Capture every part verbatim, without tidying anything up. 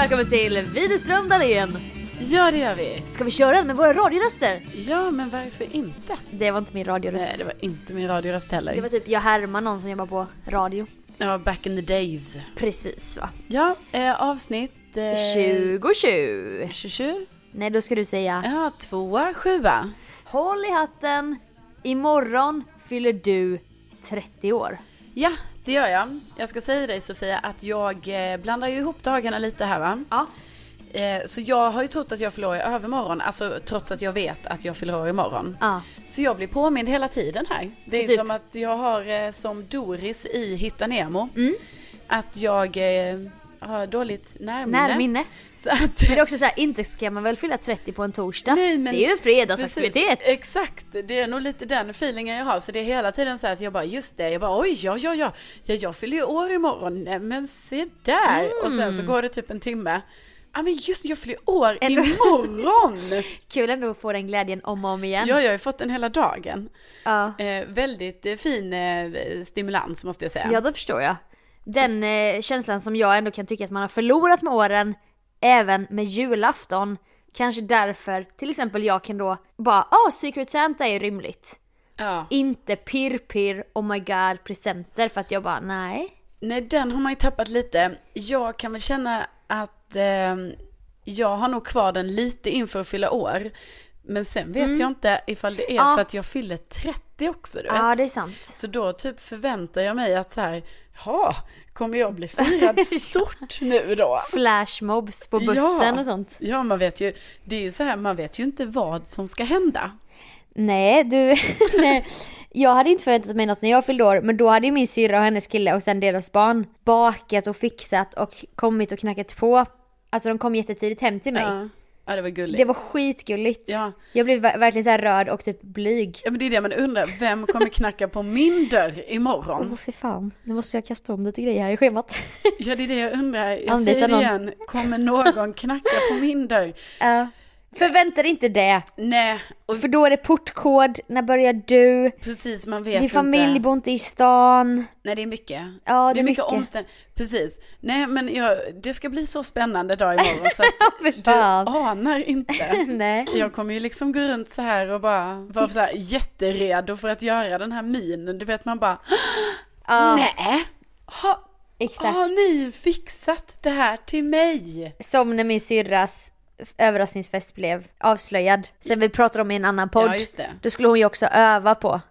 välkommen till Widerström Dahlén. Ja, det gör vi. Ska vi köra med våra radioröster? Ja, men varför inte? Det var inte min radioröst. Nej, det var inte min radioröst heller. Det var typ jag härmar någon som jobbar på radio. Ja, back in the days. Precis, va? Ja, eh, avsnitt... Eh, tjugo tjugo. tjugo? Nej, då ska du säga... Ja, tvåa, sjua. Håll i hatten. Imorgon fyller du trettio år. Ja, det gör jag. Jag ska säga dig, Sofia, att jag eh, blandar ju ihop dagarna lite här, va? Ja. Eh, så jag har ju trott att jag fyller år i övermorgon. Alltså trots att jag vet att jag fyller år imorgon. Ja. Så jag blir påmind hela tiden här. Det är typ. som att jag har eh, som Doris i Hitta Nemo. Mm. Att jag eh, har dåligt närminne. Närminne. Så att, Men det är också så här, inte ska man väl fylla trettio på en torsdag. Nej, men det är ju en fredagsaktivitet. Precis, exakt, det är nog lite den feelingen jag har. Så det är hela tiden så här att jag bara, just det, jag bara oj, ja, ja, ja, ja jag fyller ju år imorgon. Nej, men se där. Mm. Och sen så går det typ en timme. Ja, men just jag fyller år ändå. Imorgon. Kul ändå att få den glädjen om och om igen. Ja, jag har ju fått den hela dagen. Ja. Eh, väldigt eh, fin eh, stimulans måste jag säga. Ja, det förstår jag. Den eh, känslan som jag ändå kan tycka att man har förlorat med åren, även med julafton. Kanske därför, till exempel jag kan då bara, ah, oh, Secret Santa är rymligt. Ja. Inte pirr-pirr, oh my god, presenter, för att jag bara, nej. Nej, den har man ju tappat lite. Jag kan väl känna att eh, jag har nog kvar den lite inför att fylla år. Men sen vet mm. jag inte ifall det är ja. för att jag fyller trettio också, du vet. Ja, det är sant. Så då typ förväntar jag mig att så här, ja, kommer jag bli firad stort nu då? Flashmobs på bussen ja. och sånt. Ja, man vet ju, det är ju så här, man vet ju inte vad som ska hända. Nej, du, nej. Jag hade inte förväntat mig något när jag fyllde år, men då hade ju min syrra och hennes kille och sen deras barn bakat och fixat och kommit och knackat på. Alltså de kom jättetidigt hem till mig. Ja. Ja, det var gulligt. Det var skitgulligt. Ja. Jag blev verkligen så här rörd och typ blyg. Ja, men det är det man undrar. Vem kommer knacka på min dörr imorgon? Åh, oh, för fan. Nu måste jag kasta om lite grejer här i schemat. Ja, det är det jag undrar. Jag Anlita säger det någon. igen. Kommer någon knacka på min dörr? Ja. Uh, förvänta dig inte det. Nej. Och för då är det portkod. När börjar du? Precis, man vet Din familj inte. bor inte i stan. Nej, det är mycket. Ja, det, det är mycket, mycket. omständ. Precis. Nej, men jag, det ska bli så spännande dag imorgon så att du anar inte. Nej. Jag kommer ju liksom gå runt så här och bara vara så här jätteredo för att göra den här minen. Du vet, man bara ja. Nej. Ha, Exakt. Har ni fixat det här till mig? Som när min syrras överraskningsfest blev avslöjad. Sen vi pratade om i en annan podd. Ja, just det. Då skulle hon ju också öva på.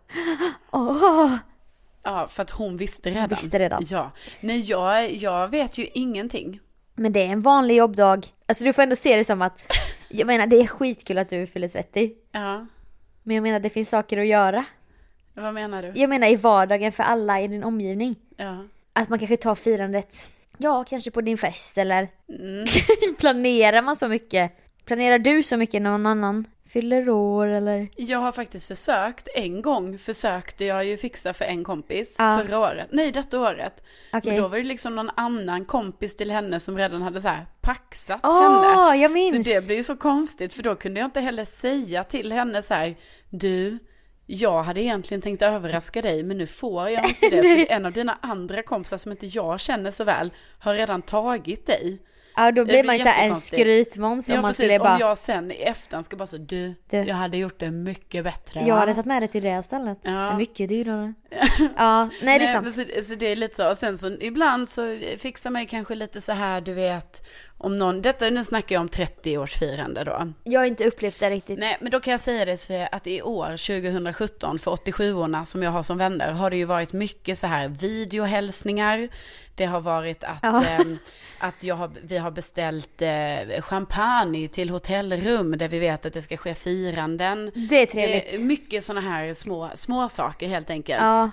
Åh. Ja, för att hon visste redan. Hon visste redan. Ja. Nej, jag, jag vet ju ingenting. Men det är en vanlig jobbdag. Alltså du får ändå se det som att, jag menar det är skitkul att du fyller trettio. Ja. Men jag menar det finns saker att göra. Vad menar du? Jag menar i vardagen för alla i din omgivning. Ja. Att man kanske tar firandet, ja kanske på din fest eller mm. planerar man så mycket? Planerar du så mycket när någon annan fyller år eller? Jag har faktiskt försökt, en gång försökte jag ju fixa för en kompis ah. förra året. Nej, detta året. Okay. Men då var det liksom någon annan kompis till henne som redan hade så här paxat oh, henne. Jag minns. Så det blev ju så konstigt för då kunde jag inte heller säga till henne så här, du, jag hade egentligen tänkt överraska dig men nu får jag inte det för en av dina andra kompisar som inte jag känner så väl har redan tagit dig. Ja, då blir man ju så här en skrytmåns om ja, man precis. skulle bara... Om jag sen i efterhand ska bara så, du, du, jag hade gjort det mycket bättre. Jag hade tagit med det till det stället. Ja. Det är mycket dyrare. Ja, nej det är sant. Så, så det är lite så. Och sen så ibland så fixar man kanske lite så här, du vet, om någon, detta nu snackar jag om trettio-årsfirande då. Jag har inte upplevt det riktigt. Nej, men då kan jag säga det så att i år, tjugohundrasjutton, för åttiosju-orna som jag har som vänner, har det ju varit mycket så här videohälsningar. Det har varit att, ja. eh, att jag har, vi har beställt eh, champagne till hotellrum där vi vet att det ska ske firanden. Det är trevligt. Det är mycket såna här små, små saker helt enkelt. Ja,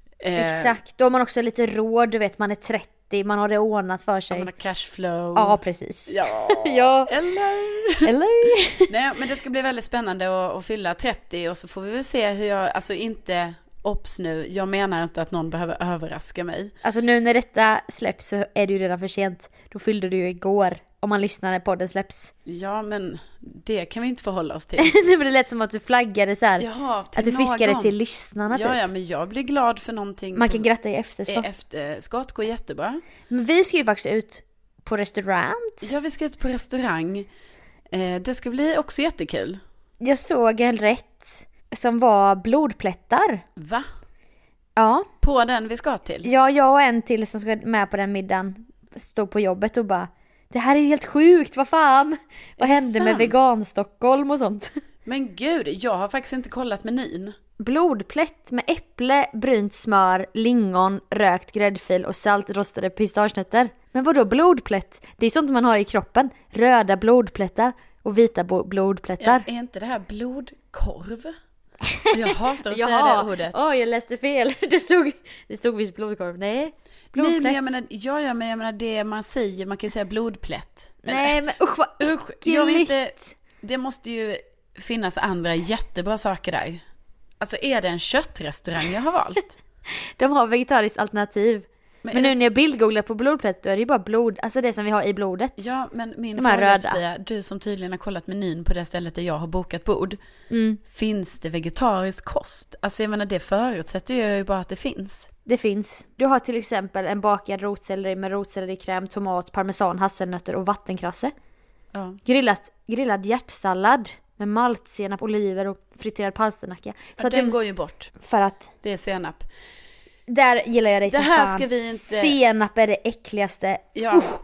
eh, exakt. Då har man också lite råd, du vet, man är trettio, man har det ordnat för sig. Man har cashflow. Ja, precis. Ja, ja. eller? Eller? Nej, men det ska bli väldigt spännande att, att fylla trettio och så får vi väl se hur jag, alltså inte... Ops nu, jag menar inte att någon behöver överraska mig. Alltså nu när detta släpps så är det ju redan för sent. Då fyllde du ju igår, om man lyssnar när podden släpps. Ja, men det kan vi inte förhålla oss till. Nu blir det lätt som att du flaggade så här. Jaha, att du fiskade någon. Till lyssnarna ja, typ. Ja, men jag blir glad för någonting. Man kan gratta i efterskott. I efterskott går jättebra. Men vi ska ju faktiskt ut på restaurang. Ja, vi ska ut på restaurang. Eh, det ska bli också jättekul. Jag såg en rätt som var blodplättar. Va? Ja. På den vi ska till? Ja, jag och en till som ska med på den middagen stod på jobbet och bara, det här är helt sjukt, vad fan? Vad hände sant? med vegan-Stockholm och sånt? Men gud, jag har faktiskt inte kollat menyn. Blodplätt med äpple, brynt smör, lingon, rökt gräddfil och saltrostade pistagenötter. Men vadå blodplätt? Det är sånt man har i kroppen. Röda blodplättar och vita blodplättar. Ja, är inte det här blodkorv? Jag hatar att säga Jaha. det ordet. Åh, oh, jag läste fel. Det stod, det stod visst blodkorv. Nej, blodplätt. Nej, men jag menar, ja, ja, men jag menar det man säger, man kan ju säga blodplätt. Men, Nej, men usch vad usch, jag vill inte, det måste ju finnas andra jättebra saker där. Alltså är det en köttrestaurang jag har valt? De har vegetariskt alternativ. Men, men nu det... när jag bildgooglar på blodplätt, då är det ju bara blod, alltså det som vi har i blodet. Ja, men min De fråga är, Sofia, du som tydligen har kollat menyn på det stället där jag har bokat bord. Mm. Finns det vegetarisk kost? Alltså jag menar, det förutsätter ju bara att det finns. Det finns. Du har till exempel en bakad rotselleri med rotsellerikräm, tomat, parmesan, hasselnötter och vattenkrasse. Ja. Grillat, grillad hjärtsallad med malt, senap, oliver och friterad palsternacka. Så Ja, att den du, går ju bort. för att Det är senap. där gillar jag dig Det som här fan. ska vi inte... Senap är det äckligaste. Ja. Usch,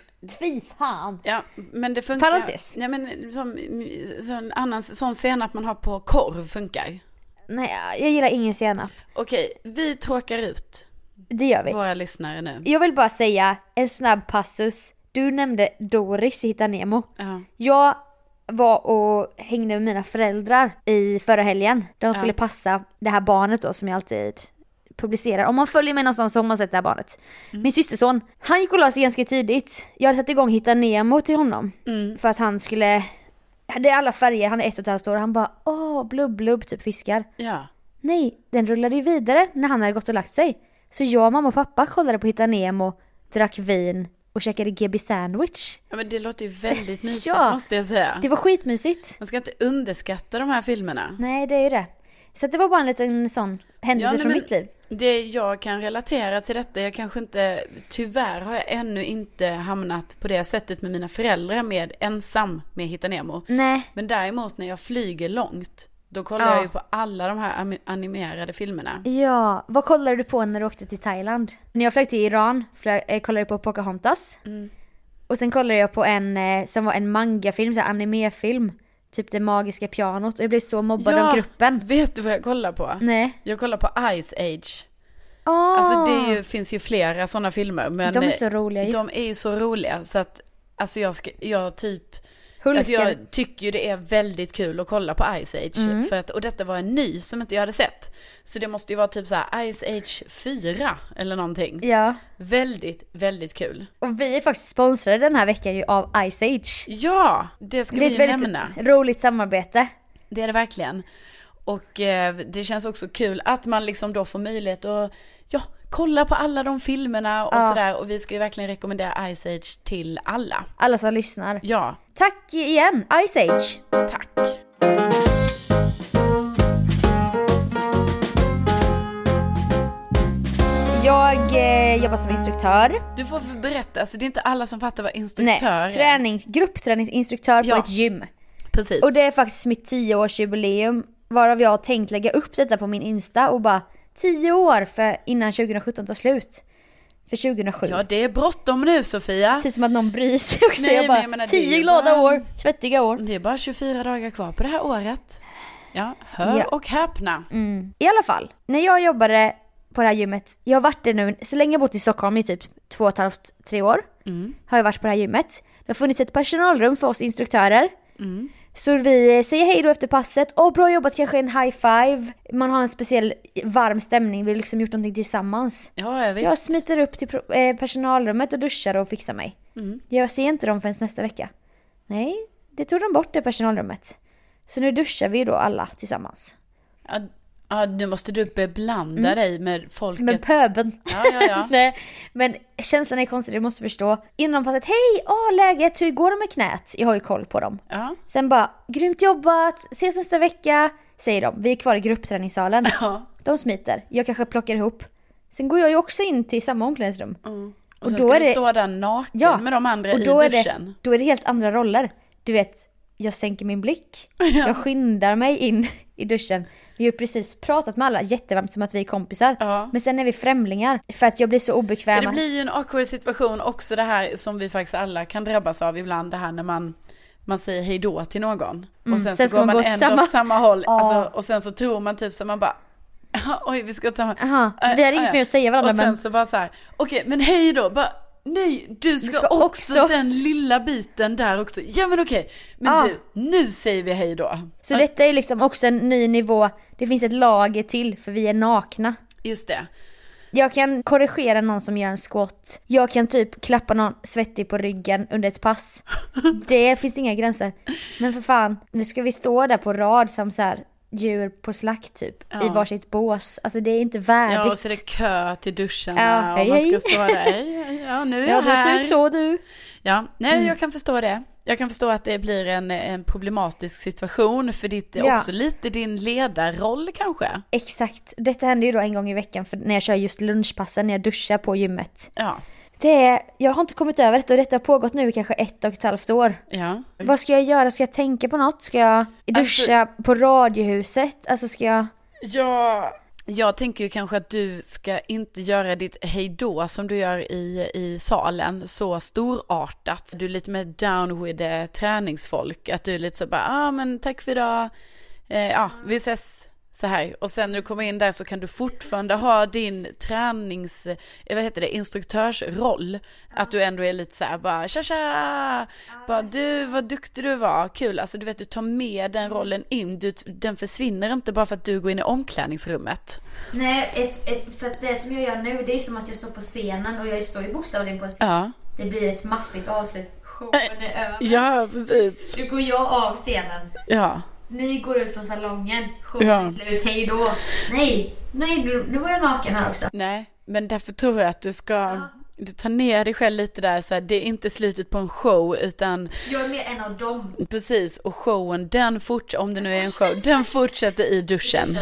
fy fan. Ja, men det funkar. Parentes. Ja, men som, som annan sån senap man har på korv funkar. Nej, jag gillar ingen senap. Okej, vi tråkar ut Det gör vi. våra lyssnare nu. Jag vill bara säga en snabb passus. Du nämnde Doris i Hitta Nemo. Ja. Jag var och hängde med mina föräldrar i förra helgen. De skulle Ja. passa det här barnet då som jag alltid publicerar. Om man följer med någonstans så har man sett det här barnet. Mm. Min systerson, han gick och la sig ganska tidigt. Jag hade satt igång Hitta Nemo till honom. Mm. För att han skulle... Det är alla färger, han är ett och ett halvt år. Han bara, åh, blubb, blubb, typ fiskar. Ja. Nej, den rullade ju vidare när han hade gått och lagt sig. Så jag, mamma och pappa kollade på Hitta Nemo, drack vin och käkade G B sandwich. Ja, men det låter ju väldigt mysigt, Ja. måste jag säga. Det var skitmysigt. Man ska inte underskatta de här filmerna. Nej, det är ju det. Så att det var bara en liten sån händelse Ja, nej, från men mitt liv. Det jag kan relatera till detta, jag kanske inte, tyvärr har jag ännu inte hamnat på det sättet med mina föräldrar med ensam med Hitta Nemo. Nej. Men däremot när jag flyger långt, då kollar Ja. jag ju på alla de här ami- animerade filmerna. Ja, vad kollade du på när du åkte till Thailand? När jag flög till Iran flög, eh, kollade jag på Pocahontas. Mm. Och sen kollade jag på en eh, som var en mangafilm, så här animefilm. Typ Det magiska pianot. Och jag blev så mobbad Ja. av gruppen. Vet du vad jag kollar på? Nej. Jag kollar på Ice Age. Oh, Alltså det är ju, finns ju flera sådana filmer. Men de är så roliga ju. De är ju så roliga så att, alltså jag, ska, jag typ... Hulken. Alltså jag tycker ju det är väldigt kul att kolla på Ice Age. Mm. För att, och detta var en ny som inte jag hade sett. Så det måste ju vara typ så här Ice Age fyra eller någonting. Ja. Väldigt, väldigt kul. Och vi är faktiskt sponsrade den här veckan ju av Ice Age. Ja, det ska Det är vi ett ju väldigt nämna. roligt samarbete. Det är det verkligen. Och eh, det känns också kul att man liksom då får möjlighet att ja, kolla på alla de filmerna och Ja. sådär. Och vi ska ju verkligen rekommendera Ice Age till alla. Alla som lyssnar. Ja, Tack igen, Ice Age. tack. Jag eh, jobbar som instruktör. Du får berätta, alltså det är inte alla som fattar vad instruktör Nej, tränings, gruppträningsinstruktör Ja. på ett gym. är. Precis. Och det är faktiskt mitt tioårsjubileum, varav jag har tänkt lägga upp detta på min Insta och bara tio år för innan tjugosjutton tar slut. För tjugohundrasju. Ja, det är bråttom nu, Sofia. Typ som att någon bryr sig också. Nej, jag men bara, jag menar, det är tio ju glada bara- år, svettiga år. Det är bara tjugofyra dagar kvar på det här året. Ja, hör Ja. och häpna. Mm. I alla fall, när jag jobbade på det här gymmet, jag har varit det nu, så länge jag bott i Stockholm i typ två och ett halvt, tre år, Mm. har jag varit på det här gymmet. Det har funnits ett personalrum för oss instruktörer. Mm. Så vi säger hej då efter passet. Åh, bra jobbat, kanske en high five. Man har en speciell varm stämning. Vi har liksom gjort någonting tillsammans. Ja, ja, visst. Jag smiter upp till pro- eh, personalrummet och duschar och fixar mig. Mm. Jag ser inte dem förrän nästa vecka. Nej, det tog de bort det personalrummet. Så nu duschar vi då alla tillsammans. Ja, ja, nu måste du beblanda dig med folket. Men pöben. Ja, ja, ja. Nej, men känslan är konstig, du måste förstå. Innan passet, hej, åh läget, hur går det med knät? Jag har ju koll på dem. Ja. Sen bara, grymt jobbat, ses nästa vecka, säger de. Vi är kvar i gruppträningssalen. Ja. De smiter, jag kanske plockar ihop. Sen går jag ju också in till samma omklädningsrum. Mm. Och, och sen då ska är du det... stå där naken ja, med de andra och i då duschen. Är det, då är det helt andra roller. Du vet, jag sänker min blick. Ja. Jag skyndar mig in i duschen. Vi har ju precis pratat med alla jättevarmt som att vi är kompisar. Ja. Men sen är vi främlingar. För att jag blir så obekväm. Det blir ju en awkward situation också, det här som vi faktiskt alla kan drabbas av ibland. Det här när man, man säger hej då till någon. Mm. Och sen, sen så går man ändå samma... åt samma håll. Ja. Alltså, och sen så tror man typ så man bara... Oj, vi ska åt samma... Aha, vi har inget mer att säga varandra. Och sen men... så bara så här... Okej, men hej då. Bara... Nej, du ska, du ska också, också den lilla biten där också. Ja men okej, men ja. du, nu säger vi hej då. Så ja. Detta är liksom också en ny nivå. Det finns ett lager till, för vi är nakna. Just det. Jag kan korrigera någon som gör en squat. Jag kan typ klappa någon svettig på ryggen under ett pass. Det finns inga gränser. Men för fan, nu ska vi stå där på rad som så här djur på slakt typ, ja. I varsitt bås. Alltså det är inte värdigt. Ja, och så är det kö till duschen. Ja, hej, och man ska stå där. Ja, nu är ja, jag här. Ja, du ser ut så du. Ja, nej, mm. jag kan förstå det. Jag kan förstå att det blir en, en problematisk situation, för det är ja. också lite din ledarroll kanske. Exakt. Detta händer ju då en gång i veckan för när jag kör just lunchpassen, när jag duschar på gymmet. Ja. Det är, jag har inte kommit över detta och detta har pågått nu i kanske ett och ett halvt år. Ja. Vad ska jag göra? Ska jag tänka på något? Ska jag duscha alltså, på radiohuset? Alltså ska jag... Ja, jag tänker ju kanske att du ska inte göra ditt hejdå som du gör i, i salen så storartat. Du är lite mer down with the träningsfolk. Att du är lite så bara, ja ah, men tack för idag. Eh, ja, vi ses. Så här. Och sen när du kommer in där så kan du fortfarande ha din tränings, vad heter det, instruktörsroll. Att du ändå är lite så här bara tja tja, bara du vad duktig du var, kul. Alltså du vet, du tar med den rollen in, du, den försvinner inte bara för att du går in i omklädningsrummet. Nej, för att det som jag gör nu, det är som att jag står på scenen och jag står ju bokstavligen på scenen. Ja. Det blir ett maffigt avslut. Showen är över. Ja, precis. Nu går jag av scenen. Ja. Ni går ut från salongen. Showen ja. Slut, hej då. Nej, nej nu, nu var jag naken här också. Nej, men därför tror jag att du ska ja. Du tar ner dig själv lite där. Så här, det är inte slutet på en show utan... Jag är mer en av dem. Precis, och showen den fortsätter, om det nu är en show, den fortsätter i duschen.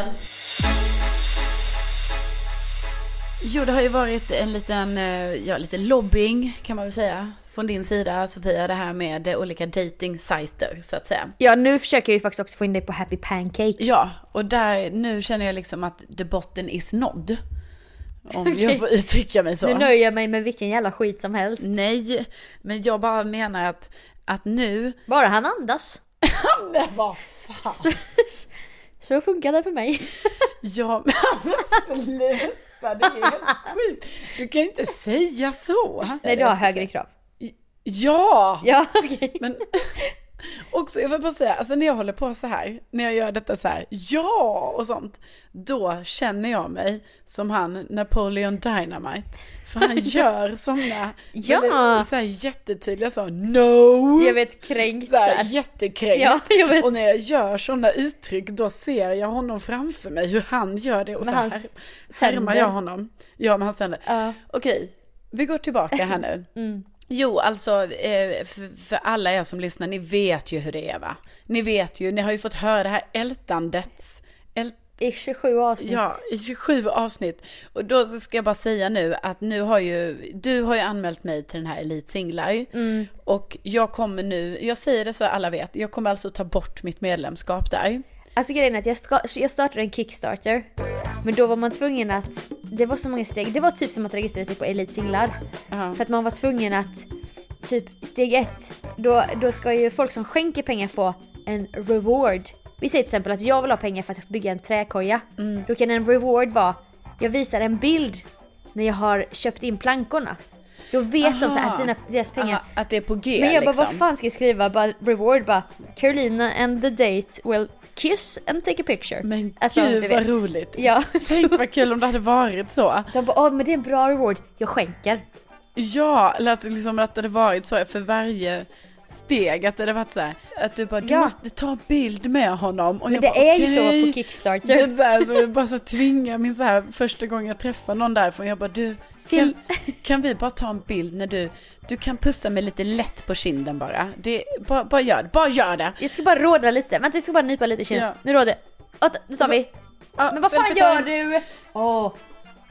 Jo, det har ju varit en liten, ja, lite lobbying kan man väl säga från din sida, Sofia, det här med olika dating-sajter så att säga. Ja, nu försöker jag ju faktiskt också få in dig på Happy Pancake. Ja, och där, nu känner jag liksom att the bottom is not. Om okay. jag får uttrycka mig så. Nu nöjer jag mig med vilken jävla skit som helst. Nej, men jag bara menar att, att nu... Bara han andas. Men vad fan. Så, så funkar det för mig. Ja, men sluta, det är helt skit. Du kan inte säga så. Nej, du har högre säga. krav. Ja! Ja, okej. Okay. Men också, jag vill bara säga, alltså när jag håller på så här, när jag gör detta så här, ja och sånt, då känner jag mig som han Napoleon Dynamite. För han gör såna ja. väldigt, så här jättetydliga så, no! Jag vet, kränkt. Så här, jättekränkt. Ja, jag vet. Och när jag gör såna uttryck, då ser jag honom framför mig, hur han gör det. Och men så här härmar jag honom. Ja, men han sänder. Uh. Okej, vi går tillbaka här nu. Mm. Jo, alltså eh, för, för alla er som lyssnar, ni vet ju hur det är, va? Ni vet ju, ni har ju fått höra det här ältandets ält... i tjugosju avsnitt. Ja, i tjugosju avsnitt. Och då ska jag bara säga nu att nu har ju du har ju anmält mig till den här Elite Singlar. Mm. Och jag kommer nu, jag säger det så alla vet, jag kommer alltså ta bort mitt medlemskap där. Alltså grejen är att jag, ska, jag startade en Kickstarter. Men då var man tvungen att, det var så många steg. Det var typ som att registrera sig på Elite Singlar. Uh-huh. För att man var tvungen att, typ steg ett, då, då ska ju folk som skänker pengar få en reward. Vi säger till exempel att jag vill ha pengar för att bygga en träkoja. Mm. Då kan en reward vara, jag visar en bild när jag har köpt in plankorna. Då vet aha, de så att dina, deras pengar... Aha, att det är på G. Men jag bara, liksom. Vad fan ska jag skriva? Bara reward, bara Carolina and the date will kiss and take a picture. Men alltså, gud vad roligt. Ja, tänk vad kul om det hade varit så. De bara, åh men det är en bra reward. Jag skänker. Ja, eller att, liksom, att det hade varit så för varje steg. Att det hade varit så här, att du bara, du ja. måste ta bild med honom. Och men jag det bara, är okay. ju så på Kickstarter. Typ så här, så jag bara så tvinga min så här första gången jag träffar någon därifrån. Jag bara, du, kan, kan vi bara ta en bild när du, du kan pussa mig lite lätt på kinden bara. Det, bara, bara gör det, bara gör det. Jag ska bara råda lite, vänta jag ska bara nypa lite i kinden. Ja. Nu råder det. Nu tar vi. Ja, men vad fan gör du? Åh.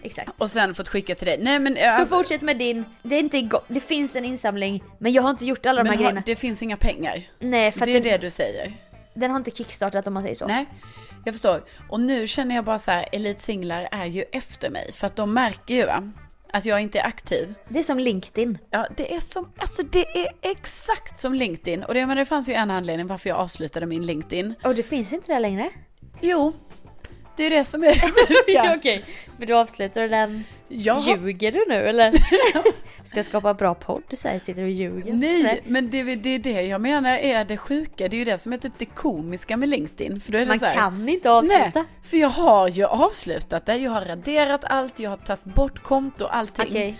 exakt. Och sen fått skicka till dig. Nej, men, äh, så fortsätt med din. Det är inte igång. Det finns en insamling, men jag har inte gjort alla de här har, grejerna. Det finns inga pengar. Nej, för det är den, det du säger. Den har inte kickstartat om man säger så. Nej, jag förstår. Och nu känner jag bara så här, elitsinglar är ju efter mig. För att de märker ju va? Att jag inte är aktiv. Det är som LinkedIn. Ja, det är som, alltså det är exakt som LinkedIn. Och det, men det fanns ju en anledning varför jag avslutade min LinkedIn. Och det finns inte där längre? Jo, det är det som är det Okej, okay. Men du avslutar den. Ja. Ljuger du nu eller? Ska jag skapa bra podd så här sitter du och ljuger? Nej, Nej. men det, det är det jag menar är det sjuka. Det är ju det som är typ det komiska med LinkedIn. För då är det Man så här, kan inte avsluta. Nej, för jag har ju avslutat det. Jag har raderat allt, jag har tagit bort konto och allting. Okay.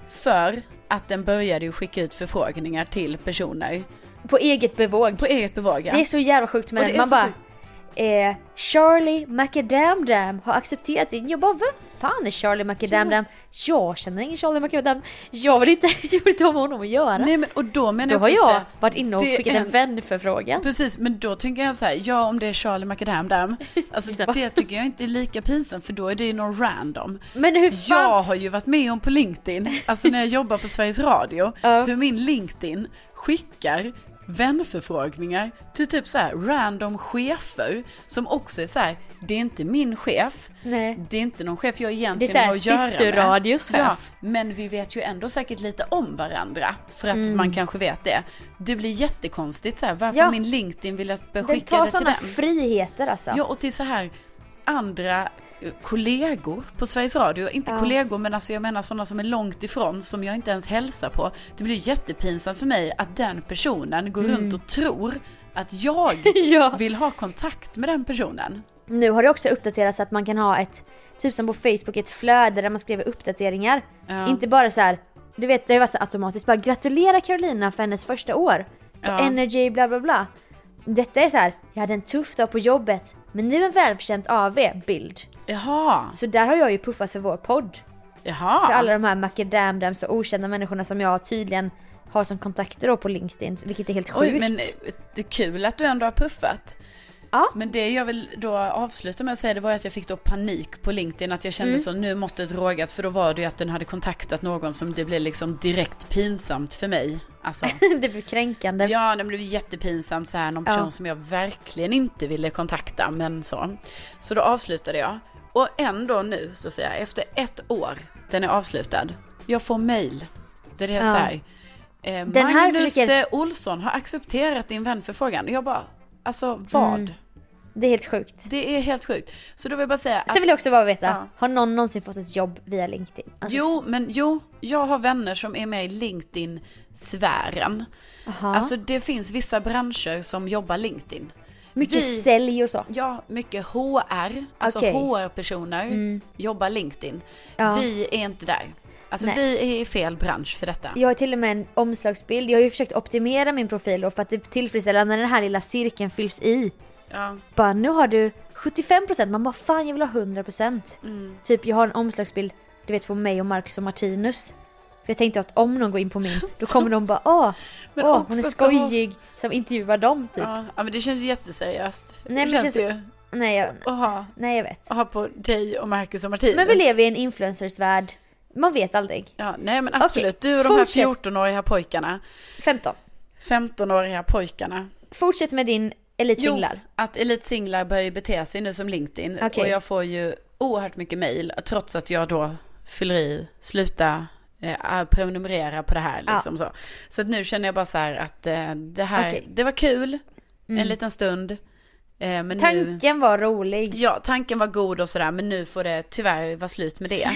För att den började ju skicka ut förfrågningar till personer. På eget bevåg. På eget bevåg, ja. Det är så jävla sjukt med den. Man bara... Eh, Charlie Macadamdam har accepterat det. Jag bara, vem fan är Charlie Macadamdam? Jag känner ingen Charlie Macadamdam. Jag vill inte, jag vill inte ha med honom att göra. Nej, men och då menar då jag har jag här, varit inne och skickat en, en vänförfrågan. Precis, men då tänker jag så här, ja om det är Charlie Macadamdam. Alltså det tycker jag inte är lika pinsamt, för då är det ju någon random. Men hur fan? Jag har ju varit med om på LinkedIn, alltså när jag jobbar på Sveriges Radio, uh. hur min LinkedIn skickar vänförfrågningar till typ så här random chefer som också är så här, det är inte min chef. Nej. Det är inte någon chef jag egentligen har att göra med. Det är så här radios chef. Ja, men vi vet ju ändå säkert lite om varandra för att mm. man kanske vet det. Det blir jättekonstigt så här, varför ja. min LinkedIn vill att beskicka det till den. Det tar sådana friheter alltså. Ja, och till så här andra kollegor på Sveriges Radio, inte ja. kollegor men alltså jag menar sådana som är långt ifrån som jag inte ens hälsar på. Det blir jättepinsamt för mig att den personen går mm. runt och tror att jag ja. vill ha kontakt med den personen. Nu har det också uppdaterats att man kan ha ett, typ som på Facebook, ett flöde där man skriver uppdateringar. Ja. Inte bara så här, du vet det har varit så automatiskt, bara gratulera Carolina för hennes första år på ja. Energy bla bla bla. Detta är så här, jag hade en tuff dag på jobbet, men nu en välförtjänt A V-bild. Jaha. Så där har jag ju puffat för vår podd. Jaha. För alla de här macadamdams och okända människorna som jag tydligen har som kontakter då på LinkedIn, vilket är helt sjukt. Oj, men det är kul att du ändå har puffat. Ja. Men det jag vill då avsluta med att säga, det var att jag fick då panik på LinkedIn, att jag kände mm. så, nu måste det rågat, för då var det ju att den hade kontaktat någon som det blev liksom direkt pinsamt för mig. Alltså, det blev kränkande. Ja, det blev jättepinsamt så här, någon person ja. som jag verkligen inte ville kontakta, men så. Så då avslutade jag. Och ändå nu, Sofia, efter ett år, den är avslutad. Jag får mejl. Det är det jag ja. säger. Eh, den Magnus här försöker... Olsson har accepterat din vänförfrågan. Jag bara, alltså vad? Mm. Det är helt sjukt. Det är helt sjukt. Så då vill jag bara säga att... Sen vill jag också bara veta, ja. har någon någonsin fått ett jobb via LinkedIn? Alltså... Jo, men jo, jag har vänner som är med i LinkedIn-sfären. Aha. Alltså det finns vissa branscher som jobbar LinkedIn. Mycket Vi, sälj och så. Ja, mycket H R. Alltså okay. H R-personer mm. jobbar LinkedIn. Ja. Vi är inte där. Alltså Nej. vi är i fel bransch för detta. Jag har till och med en omslagsbild. Jag har ju försökt optimera min profil då för att det tillfredsställer när den här lilla cirkeln fylls i. Ja. Bara, nu har du sjuttiofem procent. Man bara, fan jag vill ha hundra procent. Mm. Typ jag har en omslagsbild, du vet, på mig och Marcus och Martinus. För jag tänkte att om någon går in på min, då kommer de bara, åh, åh hon är skojig då... som intervjuar dem typ. Ja, ja, men det känns ju jätteseriöst. Nej, det men känns det känns... ju... Nej, jag... Aha. Nej, jag vet. Aha, på dig och Marcus och Martinus. Men vi lever i en influencersvärld. Man vet aldrig. Ja, nej men absolut. Okay. Du och de Fortsätt. här fjortonåriga pojkarna. femton. femtonåriga pojkarna. Fortsätt med din elitsinglar. Jo, att elitsinglar börjar ju bete sig nu som LinkedIn. Okay. Och jag får ju oerhört mycket mejl, trots att jag då fyller i, sluta eh, prenumerera på det här. Liksom ja. så. Så att nu känner jag bara så här att eh, det här, okay. det var kul mm. en liten stund. Eh, men tanken nu, var rolig. Ja, tanken var god och sådär, men nu får det tyvärr vara slut med det.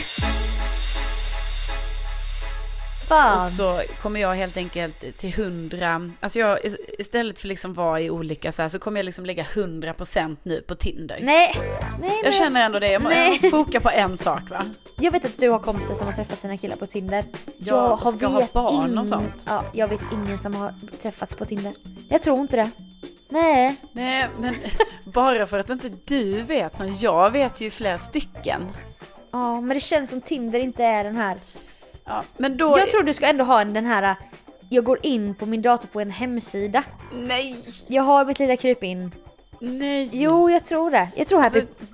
Fan. Och så kommer jag helt enkelt till hundra, alltså jag istället för liksom vara i olika så här, så kommer jag liksom lägga hundra procent nu på Tinder. Nej, nej, Jag känner ändå det, jag, må, jag måste foka på en sak va. Jag vet att du har kompisar som har träffat sina killar på Tinder. Jag jag har ska ha barn ingen, och sånt. Ja, jag vet ingen som har träffats på Tinder. Jag tror inte det. Nej. Nej, men bara för att inte du vet, men jag vet ju flera stycken. Ja, men det känns som Tinder inte är den här. Ja, men då... Jag tror du ska ändå ha den här, jag går in på min dator på en hemsida. Nej. Jag har mitt lilla kryp in. Nej. Jo, jag tror det. Jag tror Happy... Alltså,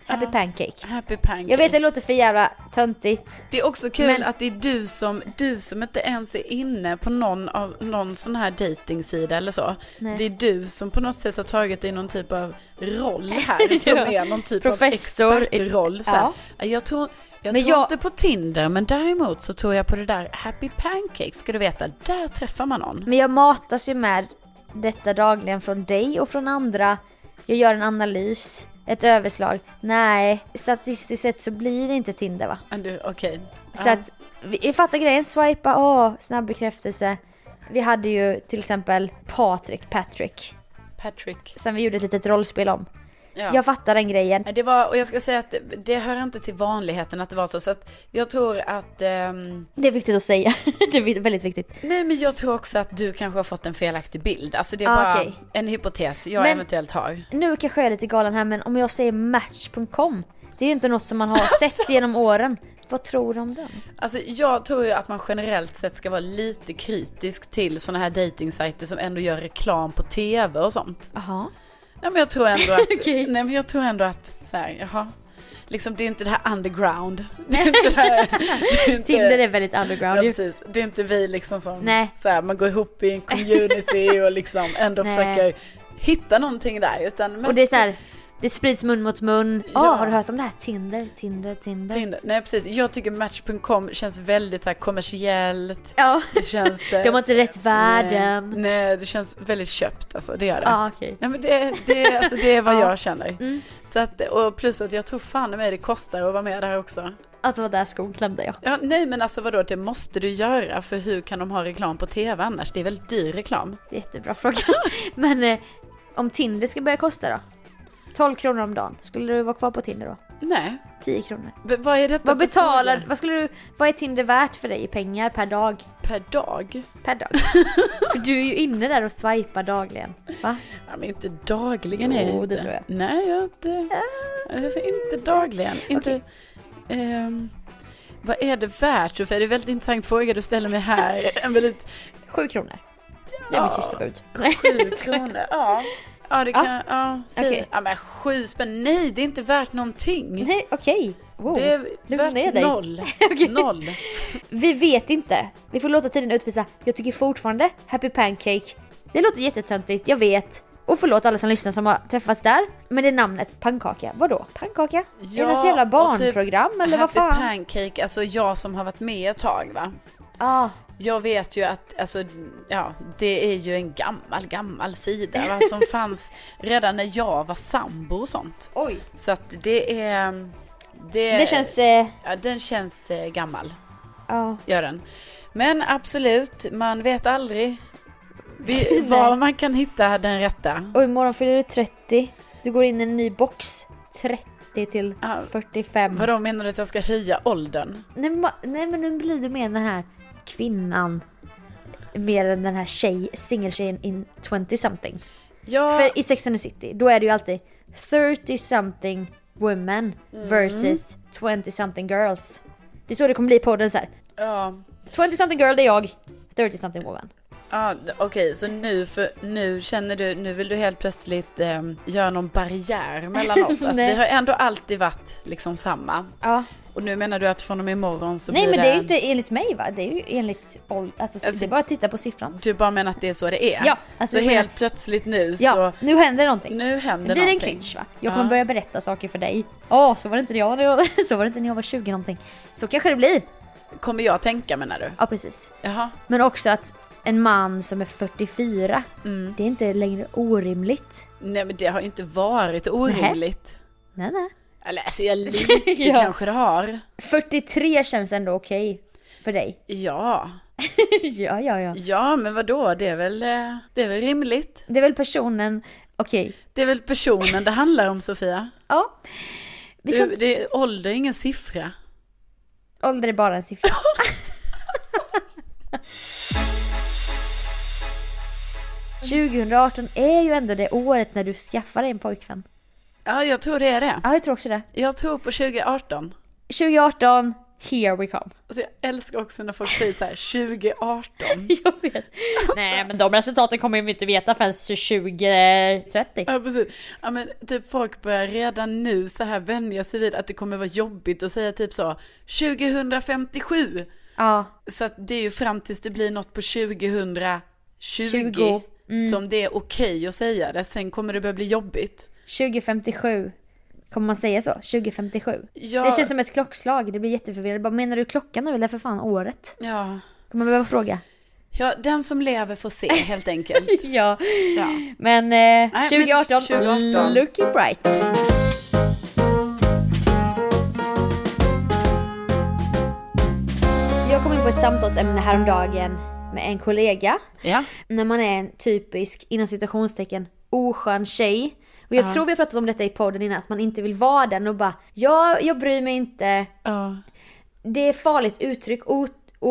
Happy Ja. pancake. Happy pancake. Jag vet det låter för jävla töntigt. Det är också kul Men- att det är du som, du som inte ens är inne på någon, av, någon sån här dejtingsida eller så. Nej. Det är du som på något sätt har tagit dig någon typ av roll här som Ja. är någon typ Professor. av expertroll. Så här. Ja. Jag tror, jag Men tror jag- inte på Tinder, men däremot så tror jag på det där Happy Pancake. Ska du veta, där träffar man någon. Men jag matas ju med detta dagligen från dig och från andra. Jag gör en analys, ett överslag. Nej, statistiskt sett så blir det inte Tinder va? Men du, okej. Så Ja. att, vi vi fattar grejen, swipa, åh, snabb bekräftelse. Vi hade ju till exempel Patrik, Patrick, Patrick. som vi gjorde ett litet rollspel om. Ja. Jag fattar den grejen. Nej, det var, och jag ska säga att det, det hör inte till vanligheten att det var så. Så att jag tror att... ehm, Det är viktigt att säga. Det är väldigt viktigt. nej, men jag tror också att du kanske har fått en felaktig bild. Alltså det är Ah, bara okej. en hypotes jag Men- eventuellt har. Nu kanske jag är lite galen här, men om jag säger match punkt com, det är ju inte något som man har sett genom åren. Vad tror du om den? Alltså jag tror ju att man generellt sett ska vara lite kritisk till såna här datingsajter som ändå gör reklam på tv och sånt. Jaha. Nej, men jag tror ändå att... Okej. Nej, men jag tror ändå att... Så här, jaha. Liksom, det är inte det här underground. Det är inte det här, det är inte, Tinder är väldigt underground Ja, ju. precis. Det är inte vi liksom som... Nej. Så här, man går ihop i en community och liksom ändå Nej. försöker hitta någonting där. Utan, men, Och det är så här, det sprids mun mot mun. Åh, Ja. har du hört om det här? Tinder, Tinder, Tinder. Tinder. Nej, precis. Jag tycker match punkt com känns väldigt så här kommersiellt. Ja, Det känns... eh, de har inte rätt värden. Nej, nej, det känns väldigt köpt. Alltså, det gör det. Ja, okej. Nej, men det, det, alltså, det är vad Ja. jag känner. Mm. Så att, och plus att jag tror fan i mig det kostar att vara med där också. Att det var där skon klämde jag. Ja, nej, men alltså vadå, det måste du göra, för hur kan de ha reklam på tv annars? Det är väldigt dyr reklam. Det är jättebra fråga. Men eh, om Tinder ska börja kosta då? tolv kronor om dagen. Skulle du vara kvar på Tinder då? Nej, tio kronor. B- vad är detta Vad för betalar, fråga? vad skulle du, vad är Tinder värt för dig i pengar per dag? Per dag? Per dag. För du är ju inne där och swipar dagligen. Va? Ja, men inte dagligen är Jo, jag det inte. tror jag. Nej, jag är inte, alltså, inte dagligen. Inte, ehm, vad är det värt? För det är en väldigt intressant fråga du ställer mig här. En väldigt Sju kronor. Det är Ja. mitt sista bud. sju kronor. Ja. Ja, det kan, ja, ja säg, Okej. ja, men sju spänn, nej, det är inte värt någonting. Nej, okej. Wow. Det är lugna ner värt dig. noll. Okej. Noll. Vi vet inte. Vi får låta tiden utvisa. Jag tycker fortfarande Happy Pancake. Det låter jättetöntigt, jag vet. Och förlåt alla som lyssnar som har träffats där. Men det är namnet pannkaka. Vadå? Pannkaka? är det Ja, något jävla och barnprogram eller vad Happy fan? Pancake, alltså jag som har varit med ett tag, va? Ah, Jag vet ju att, alltså, ja, det är ju en gammal, gammal sida, va? Som fanns redan när jag var sambo och sånt. oj. Så att det är... Det, Det känns... Eh, Ja, den känns eh, gammal, ja. gör den. Men absolut, man vet aldrig vi, Nej. var man kan hitta den rätta. Och imorgon fyller du trettio. Du går in i en ny box. trettio till Ja, fyrtiofem. vadå, menar du att jag ska höja åldern? Nej, men, nej men nu blir du med den här kvinnan. Mer än den här tjej, singeltjejen in twenty something. Ja, För i Sex and the City, då är det ju alltid thirty something women Mm. versus twenty something girls. Det är så det kommer bli på podden så här. ja, twenty something girl, det är jag. thirty something woman. ja okej, så nu, för, nu känner du, nu vill du helt plötsligt eh, göra någon barriär mellan oss. Alltså, Nej. vi har ändå alltid varit liksom samma. Ja. Och nu menar du att från och med imorgon så Nej blir men det... det är ju inte enligt mig va? Det är ju enligt åld- alltså, Alltså, det är bara att titta på siffran. Du bara menar att det är så det är? Ja, alltså, så jag menar- helt plötsligt nu Ja, så... nu händer någonting. Nu händer Det blir en någonting. clinch va? Jag kommer Ja. börja berätta saker för dig. Åh, så var det inte när jag, när jag så var det inte när jag var tjugo någonting. Så kanske det blir. Kommer jag tänka, menar du? Ja precis. Jaha. Men också att en man som är fyrtiofyra, Mm. det är inte längre orimligt. Nej, men det har ju inte varit orimligt. Nej nej. Eller alltså, jag lite Ja. kanske det har. fyrtiotre känns ändå okej för dig. Ja. ja, ja, ja. Ja, men vadå? Det är väl, eh, det är väl rimligt. Det är väl personen, okej. Det är väl personen det handlar om, Sofia. Ja. Vi ska Det, inte... det är ålder, ingen siffra. Ålder är bara en siffra. tjugo arton är ju ändå det året när du skaffar dig en pojkvän. Ja, jag tror det är det. Ja, jag tror också det. Jag tror på tjugo arton. tjugo arton, Here we come. Alltså jag älskar också när folk säger så här tjugo arton. Jag vet. Nej, men de resultaten kommer vi inte veta förrän tjugo trettio. Ja, precis. Ja, men typ folk börjar redan nu så här vänja sig vid att det kommer vara jobbigt att säga typ så tjugohundrafemtiosju. Ja. Så att det är ju fram tills det blir något på tjugohundratjugo tjugo. Mm. som det är okej att säga det. Sen kommer det börja bli jobbigt. tjugo femtiosju. Kommer man säga så? tjugo femtiosju. Ja. Det känns som ett klockslag. Det blir jätteförvirrande. Bara, menar du klockan nu eller för fan året? Ja. Kommer man behöva fråga? Ja, den som lever får se helt enkelt. ja. Ja. Men, eh, Nej, tjugo arton, men tjugo arton. looking bright. Jag kom in på ett samtalsämne häromdagen med en kollega. Ja. När man är en typisk, inom citationstecken, oskön tjej. Och jag Ja. tror vi har pratat om detta i podden innan, att man inte vill vara den och bara, ja, jag bryr mig inte. Ja. Det är farligt uttryck, o-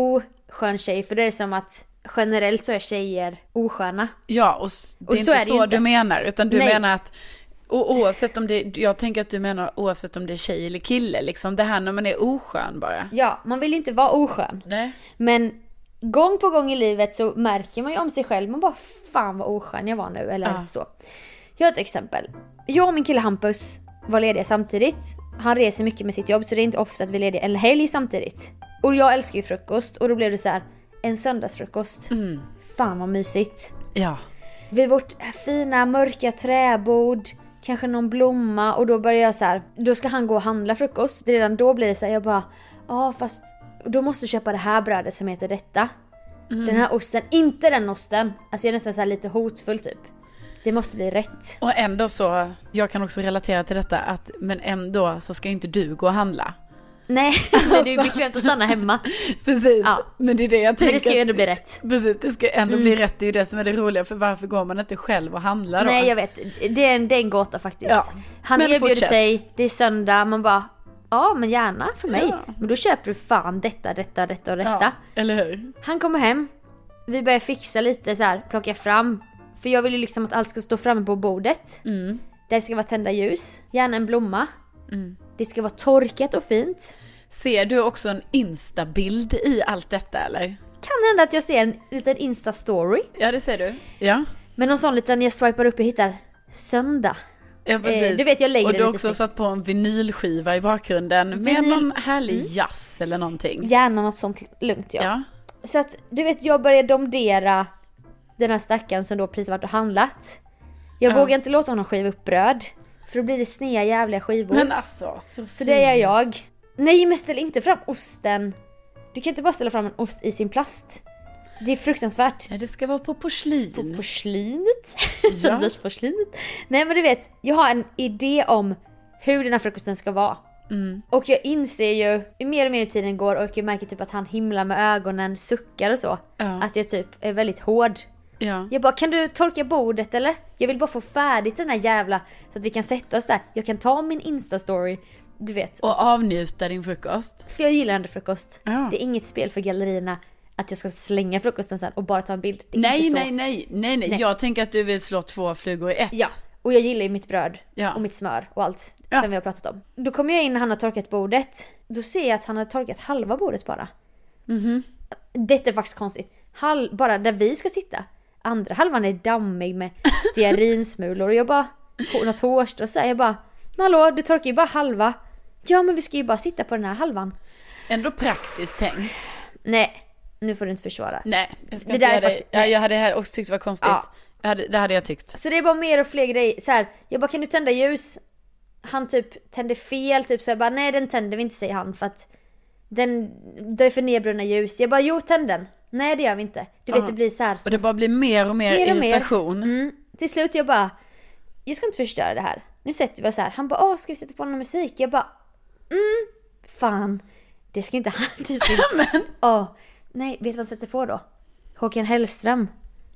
oskön tjej, för det är som att generellt så är tjejer osköna. Ja, och s- det är Och så inte är det så, ju inte. du menar, utan du Nej. menar att o- oavsett om det, jag tänker att du menar oavsett om det är tjej eller kille, liksom det här när man är oskön bara. Ja, man vill ju inte vara oskön. Nej. Men gång på gång i livet så märker man ju om sig själv, man bara, fan vad oskön jag var nu, eller Ja. så. Jag har ett exempel. Jag och min kille Hampus var lediga samtidigt. Han reser mycket med sitt jobb, så det är inte ofta att vi är lediga en helg samtidigt. Och jag älskar ju frukost, och då blev det så här, en söndagsfrukost. Mm. Fan vad mysigt. Ja. Vid vårt fina mörka träbord, kanske någon blomma, och då börjar jag så här, då ska han gå och handla frukost. Redan då blir det så här, jag bara, ja fast då måste du köpa det här brödet som heter detta. Mm. Den här osten, inte den osten. Alltså jag är nästan så här lite hotfull typ. Det måste bli rätt. Och ändå så, jag kan också relatera till detta, att men ändå så ska ju inte du gå och handla. Nej, men det är ju bekvämt att stanna hemma. Precis, Ja. men det är det jag tänker. Men det ska ju att- ändå bli rätt. Precis, det ska ändå Mm. bli rätt, det är ju det som är det roliga, för varför går man inte själv och handlar då? Nej, jag vet. Det är en, det är en gåta faktiskt. Ja. Han Men erbjuder fortsätt. sig, det är söndag, man bara, ja men gärna för mig. Ja. Men då köper du fan detta, detta, detta och detta. Ja, eller hur? Han kommer hem, vi börjar fixa lite så här, plocka fram. För jag vill ju liksom att allt ska stå framme på bordet. Mm. Det ska vara tända ljus, gärna en blomma. Mm. Det ska vara torkat och fint. Ser du också en instabild i allt detta eller? Kan hända att jag ser en liten Insta-story. Ja, det ser du. Ja. Men någon sån liten, jag swipar upp och hittar söndag. Ja, precis. Eh, du vet, jag lägger och det du har lite också snyggt. satt på en vinylskiva i bakgrunden med Vinyl. någon härlig jazz eller någonting. Gärna något sånt lugnt, ja. Ja. Så att, du vet, jag börjar domdera den här stackaren som då precis varit och handlat. Jag Ja. vågar inte låta honom skiva upp bröd. För då blir det snea jävliga skivor. Men alltså, så, Så det gör jag. Nej, men ställ inte fram osten. Du kan inte bara ställa fram en ost i sin plast. Det är fruktansvärt. Nej, det ska vara på porslin. På porslinet. Söndagsporslinet. Nej, men du vet, jag har en idé om hur den här frukosten ska vara. Mm. Och jag inser ju, ju mer och mer tiden går, och jag märker typ att han himlar med ögonen, suckar och så. Ja. Att jag typ är väldigt hård. Ja. Jag bara, kan du torka bordet eller? Jag vill bara få färdigt den här jävla, så att vi kan sätta oss där. Jag kan ta min Insta-story, du vet. Och avnjuta din frukost. För jag gillar ändå frukost. Ja. Det är inget spel för gallerierna att jag ska slänga frukosten sen och bara ta en bild. Det är Nej, inte så. nej, nej, nej, nej. Nej. Jag tänker att du vill slå två flugor i ett. Ja, och jag gillar ju mitt bröd Ja. och mitt smör och allt Ja. som vi har pratat om. Då kommer jag in när han har torkat bordet. Då ser jag att han har torkat halva bordet bara. Mhm. Detta är faktiskt konstigt. Hal- bara där vi ska sitta. Andra halvan är dammig med stearinsmulor. Och jag bara, något hårstrå så här. Jag bara, men hallå, du torkar ju bara halva. Ja, men vi ska ju bara sitta på den här halvan. Ändå praktiskt tänkt. Nej, nu får du inte försvara. Nej, jag ska Det inte där är göra det. faktiskt- Ja, nej. jag hade här också tyckt det var konstigt. Ja. Jag hade, det hade jag tyckt. Så det är bara mer och fler grejer. Så här, jag bara, kan du tända ljus? Han typ tände fel. Typ så jag bara, nej den tänder vi inte, säger han. För att den, det är för nedbrunna ljus. Jag bara, jo tänd den. Nej det gör vi inte. Du vet, Ja. det blir så här. Och det bara blir mer och mer, Mer och mer. irritation. Mm. Till slut jag bara, jag ska inte förstöra det här. Nu sätter vi oss här. Han bara, åh ska vi sätta på någon musik? Jag bara, mm, fan. Det ska inte han. Det ska inte. Men, Åh, nej, vet du vad jag sätter på då? Håkan Hellström.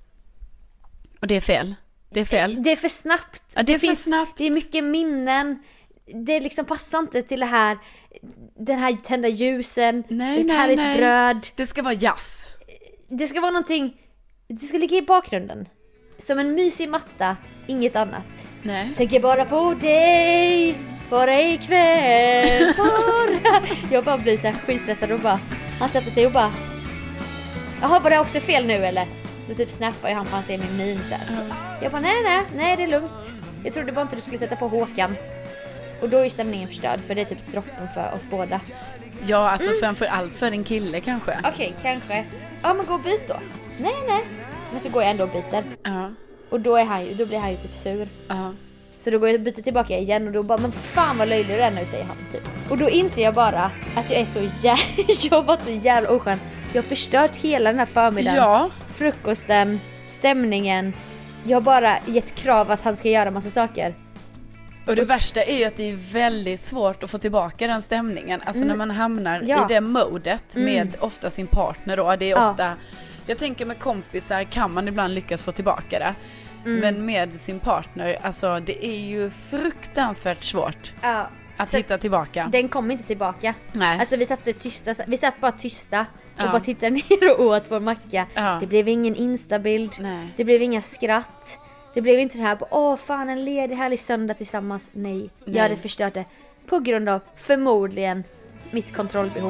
och det är fel. Det är fel. Det är för snabbt. Ja, det är för snabbt. Det är mycket minnen. Det liksom passar inte till det här. Den här tända ljusen. Nej, ett nej, härligt nej. bröd. Det ska vara jazz. Det ska vara någonting. Det ska ligga i bakgrunden. Som en mysig matta. Inget annat. Nej. Tänker bara på dig. Bara ikväll. Bara jag bara blir så här skitstressad och bara, han sätter sig och bara, jaha, var det också fel nu eller? Då typ snappar jag han för han ser min min så här. Mm. Jag bara, nej, nej, nej, det är lugnt. Jag trodde bara inte du skulle sätta på Håkan. Och då är stämningen förstörd, för det är typ droppen för oss båda. Ja, alltså mm. framför allt för din kille kanske. Okej, okay, kanske. Ja, men gå och byt då. Nej, nej. Men så går jag ändå och byter. Ja. Och då, är han ju, då blir han ju typ sur. Ja. Så då går jag och byter tillbaka igen och då bara, men fan vad löjlig du är nu, säger han typ. Och då inser jag bara att jag är så jävla, jag har varit så jävla oskön. Jag har förstört hela den här förmiddagen. Ja. Frukosten, stämningen. Jag har bara gett krav att han ska göra massa saker. Och det värsta är ju att det är väldigt svårt att få tillbaka den stämningen. Alltså mm. när man hamnar ja. i det modet med mm. ofta sin partner då. Det är ofta, ja. jag tänker med kompisar kan man ibland lyckas få tillbaka det. Mm. Men med sin partner, alltså det är ju fruktansvärt svårt ja. att Så hitta tillbaka. Den kommer inte tillbaka. Nej. Alltså vi satt tysta, vi satt bara tysta och ja. bara tittade ner och åt vår macka. Ja. Det blev ingen instabild. Nej. Det blev inga skratt. Det blev inte det här på, åh fan en ledig härlig söndag tillsammans. Nej, Nej, jag hade förstört det. På grund av förmodligen mitt kontrollbehov.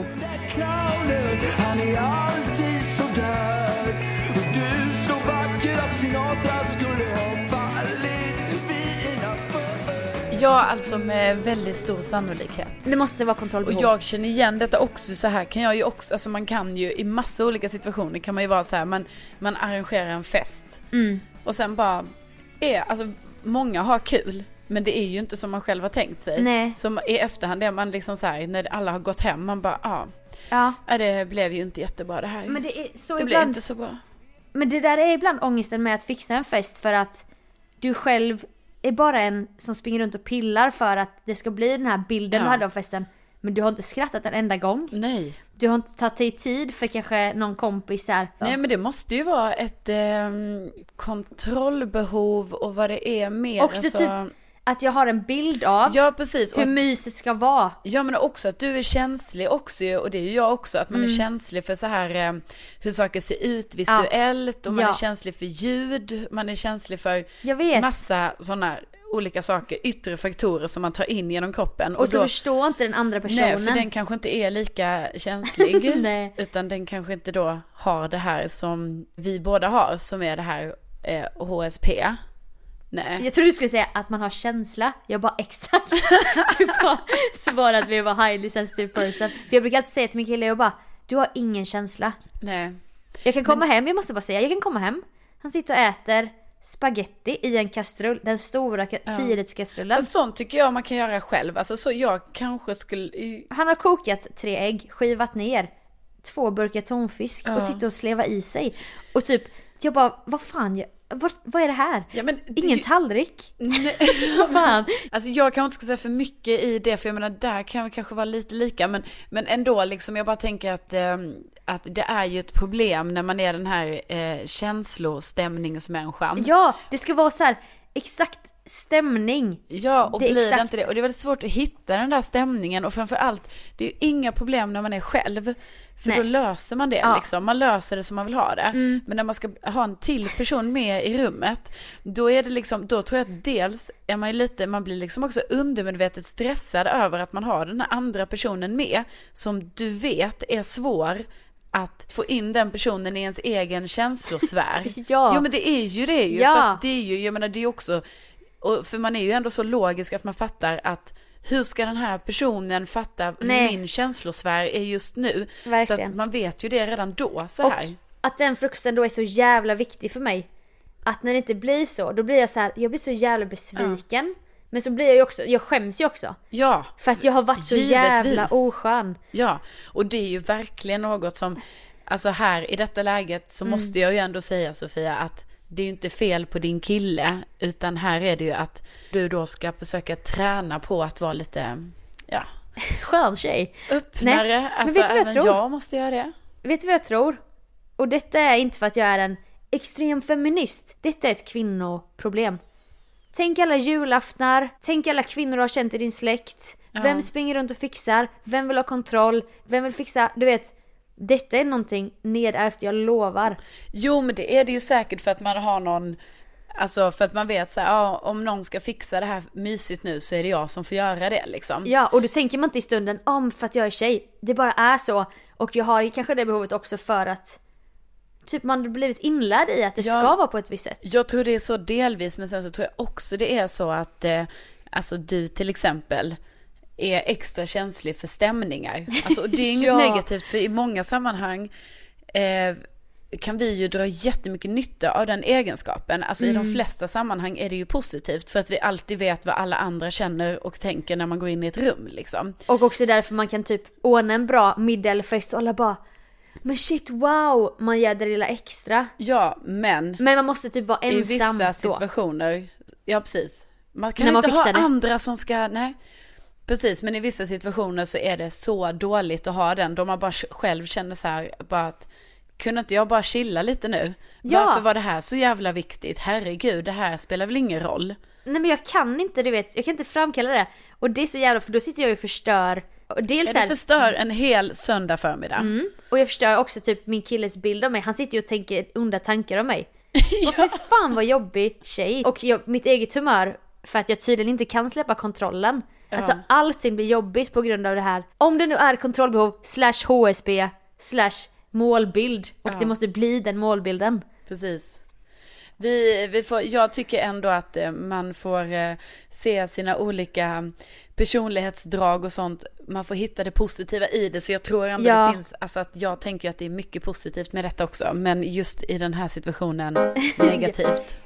Han är alltid så där. Och du så vacker att Sinatra skulle ha fallit vid för. Ja, alltså med väldigt stor sannolikhet. Det måste vara kontrollbehov. Och jag känner igen detta också, så här kan jag ju också, alltså man kan ju i massa olika situationer kan man ju vara så här, man, man arrangerar en fest. Mm. Och sen bara är, alltså många har kul, men det är ju inte som man själv har tänkt sig. Nej. Som i efterhand är man liksom så här, när alla har gått hem, man bara, ah, ja. ja, det blev ju inte jättebra det här. Men det är så det ibland, blev inte så bra. Men det där är ibland ångesten med att fixa en fest, för att du själv är bara en som springer runt och pillar för att det ska bli den här bilden ja. du hade av festen. Men du har inte skrattat en enda gång. Nej. Du har inte tagit dig tid för kanske någon kompis här. Ja. Nej, men det måste ju vara ett eh, kontrollbehov och vad det är mer. Och det alltså... typ att jag har en bild av ja, precis. hur att, myset ska vara. Ja, men också att du är känslig också, och det är ju jag också, att man mm. är känslig för så här eh, hur saker ser ut visuellt, ja. och man ja. är känslig för ljud, man är känslig för jag vet. massa sådana olika saker, yttre faktorer som man tar in genom kroppen. Och, och så då, förstår inte den andra personen. Nej, för den kanske inte är lika känslig. Utan den kanske inte då har det här som vi båda har, som är det här eh, H S P. Nej. Jag trodde du skulle säga att man har känsla. Jag bara exakt. Du bara svarade att vi var highly sensitive person. För jag brukar alltid säga till min kille, jag bara, du har ingen känsla. Nej. Jag kan komma Men... hem, jag måste bara säga, jag kan komma hem. Han sitter och äter spaghetti i en kastrull, den stora tio-liters-kastrullen. Ja. Sånt tycker jag man kan göra själv. Alltså så jag kanske skulle... Han har kokat tre ägg, skivat ner två burkar tonfisk ja. och sitter och sleva i sig. Och typ, jag bara, vad fan, jag, vad, vad är det här? Ja, men ingen det... tallrik? Vad fan? Alltså jag kanske inte ska säga för mycket i det, för jag menar där kan jag kanske vara lite lika, men, men ändå liksom, jag bara tänker att, eh, att det är ju ett problem när man är den här eh, känslostämningsmänniskan. Ja, det ska vara så här exakt stämning. Ja, och det blir exakt... det inte det. Och det är väldigt svårt att hitta den där stämningen, och framförallt, det är ju inga problem när man är själv. För Nej. Då löser man det ja. liksom. Man löser det som man vill ha det. Mm. Men när man ska ha en till person med i rummet, då är det liksom, då tror jag att dels är man ju lite, man blir liksom också undermedvetet stressad över att man har den här andra personen med, som du vet är svår att få in den personen i ens egen känslosfär. ja. Jo, men det är ju det ju. Ja. För att det är ju, jag menar det är också, och för man är ju ändå så logisk att man fattar att hur ska den här personen fatta hur Nej. min känslosfär är just nu? Verkligen. Så att man vet ju det redan då så här. Och att den frukosten då är så jävla viktig för mig. Att när det inte blir så, då blir jag så här, jag blir så jävla besviken. Ja. Men så blir jag ju också, jag skäms ju också. Ja. För att jag har varit så givetvis. jävla oskön. Ja, och det är ju verkligen något som, alltså här i detta läget så mm. måste jag ju ändå säga, Sofia, att det är ju inte fel på din kille, utan här är det ju att du då ska försöka träna på att vara lite, ja, skön tjej. Öppnare. Nej. Alltså Men vet du vad jag även tror? jag måste göra det. Vet du vad jag tror? Och detta är inte för att jag är en extrem feminist. Detta är ett kvinnoproblem. Tänk alla julaftnar, tänk alla kvinnor du har känt i din släkt. Ja. Vem springer runt och fixar? Vem vill ha kontroll? Vem vill fixa? Du vet, detta är någonting nedärvt, jag lovar. Jo, men det är det ju säkert för att man har någon, Alltså för att man vet så här, ja, om någon ska fixa det här mysigt nu så är det jag som får göra det liksom. Ja, och då tänker man inte i stunden om för att jag är tjej. Det bara är så. Och jag har kanske det behovet också för att typ man har blivit inlärd i att det Ja, ska vara på ett visst sätt. Jag tror det är så delvis, men sen så tror jag också det är så att eh, alltså du till exempel är extra känslig för stämningar. Alltså, och det är inget Ja. negativt, för i många sammanhang eh, kan vi ju dra jättemycket nytta av den egenskapen. Alltså Mm. i de flesta sammanhang är det ju positivt, för att vi alltid vet vad alla andra känner och tänker när man går in i ett rum liksom. Och också därför man kan typ ordna en bra middag eller fest och alla bara men shit wow, man gör det lilla extra. Ja, men Men man måste typ vara i ensam vissa då. situationer, ja precis. Man kan När man inte ha fixar det. andra som ska, nej. Precis, men i vissa situationer så är det så dåligt att ha den. Då man bara själv känner så här, bara att kunde inte jag bara chilla lite nu? Ja. Varför var det här så jävla viktigt? Herregud, det här spelar väl ingen roll? Nej men jag kan inte, du vet, jag kan inte framkalla det. Och det är så jävla, för då sitter jag ju och förstör. Och dels Är så det här, förstör en hel söndag förmiddag? mm, och jag förstör också typ min killes bild av mig. Han sitter ju och tänker onda tankar om mig. Ja. Och för fan vad jobbig tjej. Och jag, mitt eget humör, för att jag tydligen inte kan släppa kontrollen. Ja. Alltså allting blir jobbigt på grund av det här. Om det nu är kontrollbehov slash H S B slash målbild. Och Ja. det måste bli den målbilden. Precis. Vi, vi får, jag tycker ändå att eh, man får eh, se sina olika personlighetsdrag och sånt. Man får hitta det positiva i det. Så jag tror ändå Ja. det finns, alltså att jag tänker att det är mycket positivt med detta också. Men just i den här situationen negativt.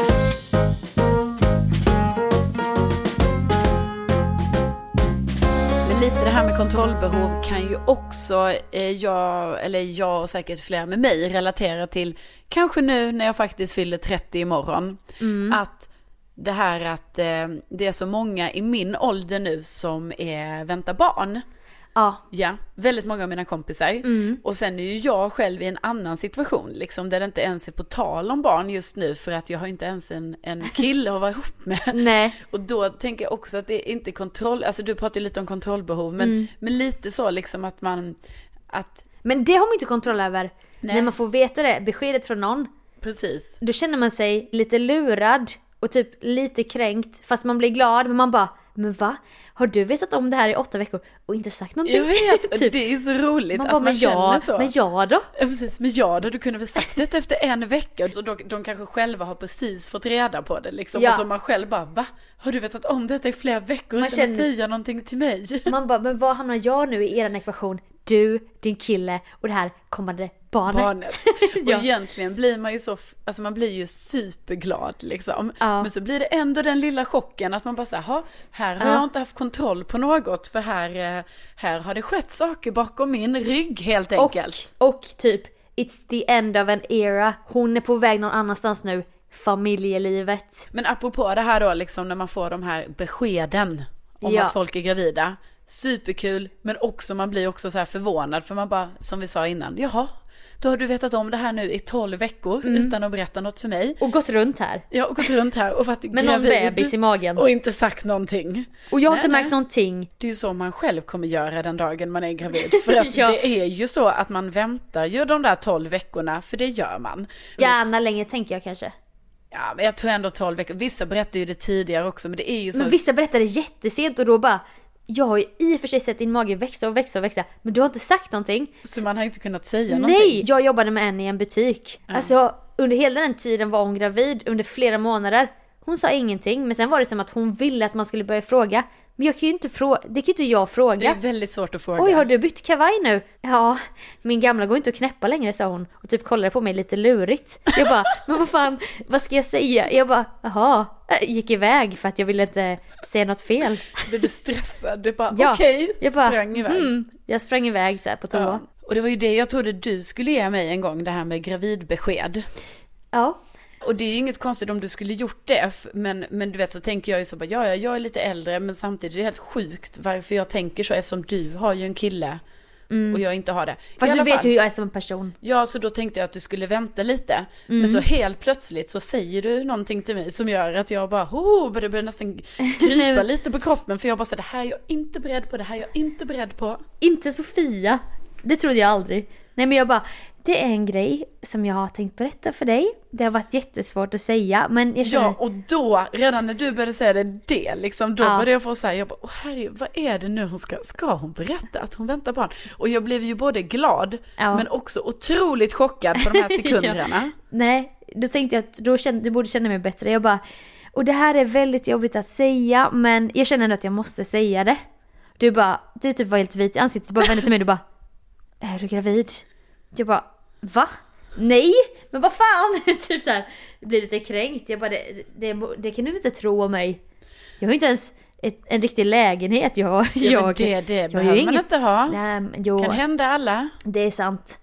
Men lite det här med kontrollbehov kan ju också eh, jag, eller jag och säkert fler med mig relatera till, kanske nu när jag faktiskt fyller trettio imorgon. Att det här att eh, det är så många i min ålder nu som är väntar barn. Ja. Ja, väldigt många av mina kompisar. Mm. Och sen är ju jag själv i en annan situation liksom, där det inte ens är på tal om barn just nu, för att jag har inte ens en, en kille att vara ihop med. Nej. Och då tänker jag också att det är inte kontroll, alltså du pratar ju lite om kontrollbehov, men, Mm. men lite så liksom att man, att Men det har man inte kontroll över. Nej. När man får veta det, beskedet från någon. precis. Då känner man sig lite lurad och typ lite kränkt. Fast man blir glad, men man bara, men va? Har du vetat om det här i åtta veckor och inte sagt någonting? Jag vet, och Typ. det är så roligt Man att bara, man men känner jag, så. men jag då? Ja, precis. Men ja, då, du kunde väl sagt det efter en vecka. Så de, de kanske själva har precis fått reda på det liksom. Ja. Och så man själv bara, va? Har du vetat om detta i flera veckor Man utan känner- att säga någonting till mig? Man bara, men vad hamnar jag nu i er ekvation? Du, din kille och det här kommande barnet. Barnet. Ja. Och egentligen blir man ju så, alltså man blir ju superglad liksom. Ja. Men så blir det ändå den lilla chocken att man bara säger, här har Ja. jag inte haft kontroll på något, för här, eh, här har det skett saker bakom min rygg helt enkelt. Och, och typ, it's the end of an era. Hon är på väg någon annanstans nu. Familjelivet. Men apropå det här då, liksom när man får de här beskeden om Ja. att folk är gravida. Superkul, men också man blir också så här förvånad, för man bara, som vi sa innan, jaha, då har du vetat om det här nu i tolv veckor Mm. utan att berätta något för mig. Och gått runt här. Jag har gått runt här och varit Med någon gravid bebis i magen. och inte sagt någonting. Och jag har Nej, inte nej. märkt någonting. Det är ju så man själv kommer göra den dagen man är gravid. För att Ja. det är ju så att man väntar ju de där tolv veckorna, för det gör man. Gärna länge tänker jag kanske. Ja, men jag tror ändå tolv veckor. Vissa berättar ju det tidigare också, men det är ju så. Men vissa berättar det jättesent och då bara, jag har ju i och för sig sett din mage växa och växa och växa, men du har inte sagt någonting. Så man har inte kunnat säga någonting. Nej, jag jobbade med en i en butik. Alltså under hela den tiden var hon gravid under flera månader. Hon sa ingenting, men sen var det som att hon ville att man skulle börja fråga. Men jag kan ju inte fråga, det kan ju inte jag Det fråga. är väldigt svårt att fråga. Oj, har du bytt kavaj nu? Ja, min gamla går inte att knäppa längre, sa hon. Och typ kollade på mig lite lurigt. Jag bara, men vad fan, vad ska jag säga? Jag bara, jaha, gick iväg för att jag ville inte säga något fel. Blev du stressad? Du bara, Ja, okej, jag bara, sprang iväg. hmm, jag sprang iväg så här på toa. Ja. Och det var ju det jag trodde du skulle ge mig en gång, det här med gravidbesked. Ja. Och det är ju inget konstigt om du skulle gjort det, f- men, men du vet, så tänker jag ju så bara, ja, ja, jag är lite äldre, men samtidigt är det helt sjukt varför jag tänker så, eftersom du har ju en kille och jag inte har det. I Fast du alla vet fall. ju hur jag är som en person. Ja, så då tänkte jag att du skulle vänta lite. Men så helt plötsligt så säger du någonting till mig som gör att jag bara, oh, börjar börjar nästan krypa lite på kroppen. För jag bara säger, det här är jag inte beredd på, det här är jag inte beredd på. Inte Sofia. Det trodde jag aldrig. Nej men jag bara, det är en grej som jag har tänkt berätta för dig. Det har varit jättesvårt att säga, men jag känner... Ja, och då, redan när du började säga det, det liksom, då Ja. började jag få säga, jag bara, åh herre, vad är det nu hon ska, ska hon berätta att hon väntar barn? Och jag blev ju både glad, Ja. men också otroligt chockad på de här sekunderna. Ja. Nej, då tänkte jag att då kände, du borde känna mig bättre. Jag bara, och det här är väldigt jobbigt att säga, men jag känner ändå att jag måste säga det. Du bara, du typ var helt vit i ansiktet, du bara vände till mig och du bara, är du gravid? Jag bara, va? Nej, men vad fan? Typ så här, blir lite kränkt. Jag bara, det, det, det kan du inte tro om mig. Jag har ju inte ens ett, en riktig lägenhet. Jag, Ja, jag, men det, det jag har behöver ju man inget- inte ha. Nej, men jo, Kan hända alla. det är sant.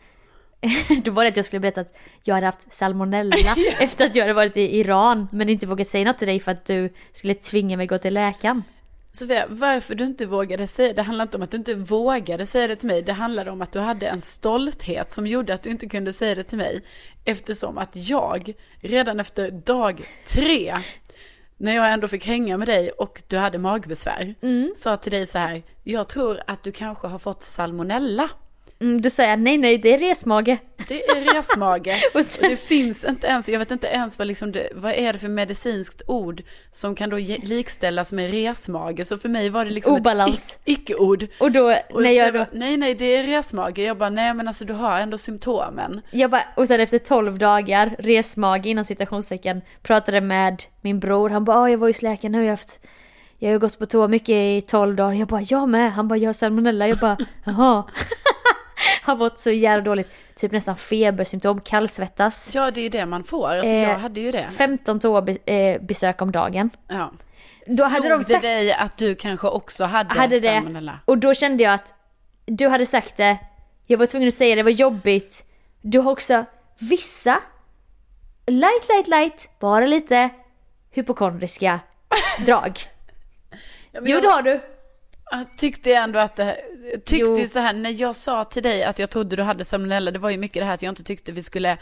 Då var det att jag skulle berätta att jag hade haft salmonella efter att jag hade varit i Iran, men inte vågat säga något till dig för att du skulle tvinga mig gå till läkaren. Sofia, varför du inte vågade säga det handlar inte om att du inte vågade säga det till mig. Det handlade om att du hade en stolthet som gjorde att du inte kunde säga det till mig. Eftersom att jag redan efter dag tre, när jag ändå fick hänga med dig och du hade magbesvär, Mm. sa till dig så här, jag tror att du kanske har fått salmonella. Mm, då säger jag, nej nej, det är resmage. Det är resmage. Och Och sen, det finns inte ens, jag vet inte ens vad, liksom det, vad är det för medicinskt ord som kan då ge- likställas med resmage. Så för mig var det liksom Obalans. ett ic- icke-ord. och då, Och när så jag då, bara, nej, nej, det är resmage. Jag bara, nej men alltså du har ändå symptomen. jag bara, och sen efter tolv dagar, resmage inom citationstecken, pratade med min bror. Han bara, ah, jag var ju läkaren, nu har jag haft, jag har ju gått på toa mycket i tolv dagar. Jag bara, jag med. Han bara, jag har salmonella. Jag bara, jaha. Har varit så jävla dåligt. Typ nästan febersymptom, kallsvettas. Ja, det är det man får. Alltså Eh, jag hade ju det. femton toabesök om dagen. Ja. Då hade Slog de sagt, det dig att du kanske också hade, hade det, salmonella? och då kände jag att du hade sagt det, jag var tvungen att säga det, det var jobbigt. Du har också vissa light, light, light, bara lite hypokondriska drag. Ja, men Jo, jag- det har du. Jag tyckte ändå att det, jag tyckte Jo. ju så här, när jag sa till dig att jag trodde du hade salmonella, det var ju mycket det här att jag inte tyckte vi skulle.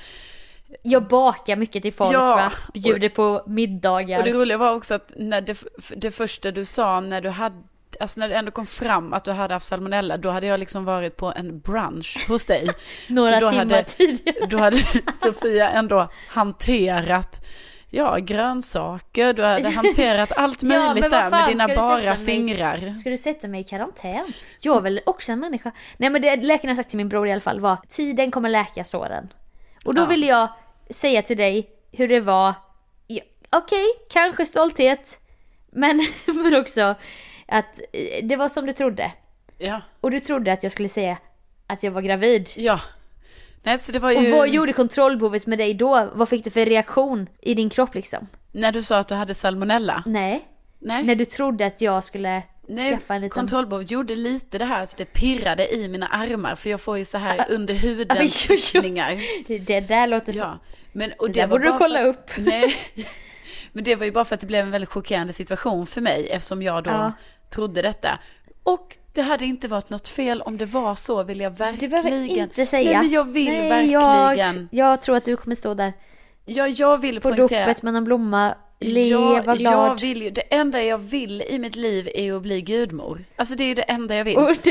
Jag bakar mycket till folk, Ja. va? Bjuder på middagar. Och det roliga var också att när det, det första du sa när du hade, alltså när det ändå kom fram att du hade haft salmonella, då hade jag liksom varit på en brunch hos dig. Några Så då timmar hade- tidigare. Då hade Sofia ändå hanterat, ja, grönsaker, du hade hanterat allt Ja, men möjligt vad där med fan, dina ska du bara sätta mig- fingrar. Ska du sätta mig i karantän? Jag är väl också en människa. Nej, men det läkaren har sagt till min bror i alla fall var, tiden kommer läka såren. Och då Ja. ville jag säga till dig hur det var. Ja, okej, kanske stolthet. Men, men också att eh, det var som du trodde. Ja, Och du trodde att jag skulle säga att jag var gravid. ja. Nej, så det var Och ju vad gjorde kontrollbehovet med dig då? Vad fick du för reaktion i din kropp liksom? när du sa att du hade salmonella. Nej, Nej. när du trodde att jag skulle Nej, skaffa en liten... kontrollbehov gjorde lite det här att det pirrade i mina armar, för jag får ju så här under huden Oj, oj, oj. stickningar. Det, det där låter... Ja, men och Det det, där var borde du bara kolla för att, upp. Nej, men det var ju bara för att det blev en väldigt chockerande situation för mig, eftersom jag då Ja. trodde detta. Och det hade inte varit något fel om det var så, vill jag Du verkligen. behöver inte säga. Nej, men jag vill Nej, verkligen. Jag, jag tror att du kommer stå där Ja, jag vill på poängtera. dopet med någon blomma, le, Ja, var glad. jag vill ju, det enda jag vill i mitt liv är att bli gudmor. Alltså det är ju det enda jag vill. Och du,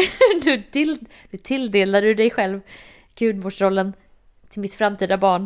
du, till, du tilldelar du dig själv gudmorsrollen till mitt framtida barn.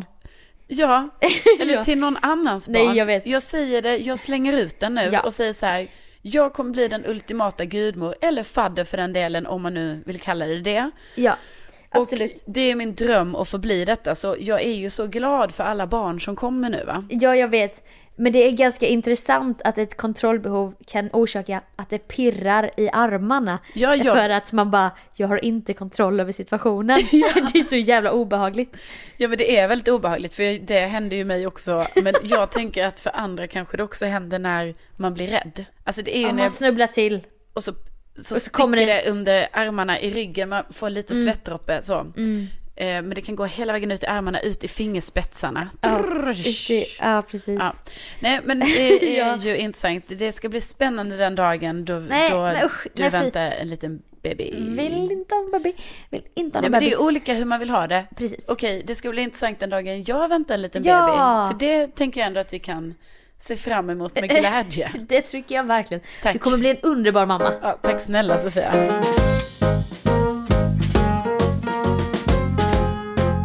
Ja, eller Ja. till någon annans Nej, barn. jag vet. Jag säger det, jag slänger ut den nu Ja. och säger så här: jag kommer bli den ultimata gudmor, eller fadder för den delen, om man nu vill kalla det det. Ja, absolut. Och det är min dröm att få bli detta, så jag är ju så glad för alla barn som kommer nu, va? Ja, jag vet. Men det är ganska intressant att ett kontrollbehov kan orsaka att det pirrar i armarna. Ja, ja. För att man bara, jag har inte kontroll över situationen. Det är så jävla obehagligt. Ja, men det är väldigt obehagligt, för det händer ju mig också. Men jag tänker att för andra kanske det också händer när man blir rädd. Alltså det är ju Om när man jag, snubblar till. och så, så, och så sticker kommer det... det- under armarna, i ryggen, man får lite Mm. svettdroppe så. Mm. Eh, men det kan gå hela vägen ut i armarna, ut i fingerspetsarna. Ja, Trrrsh. det, ja, precis. Ja. Nej, men det är Ja. ju intressant. Det ska bli spännande den dagen då, Nej, då men usch, du nej, fy. väntar en liten baby. Vill inte ha en baby. Vill inte ha Nej, en men det baby. är ju olika hur man vill ha det. Precis. Okej, det ska bli intressant den dagen jag väntar en liten Ja. baby. För det tänker jag ändå att vi kan se fram emot med glädje. Det tycker jag verkligen. Tack. Du kommer bli en underbar mamma. Ja, tack snälla Sofia.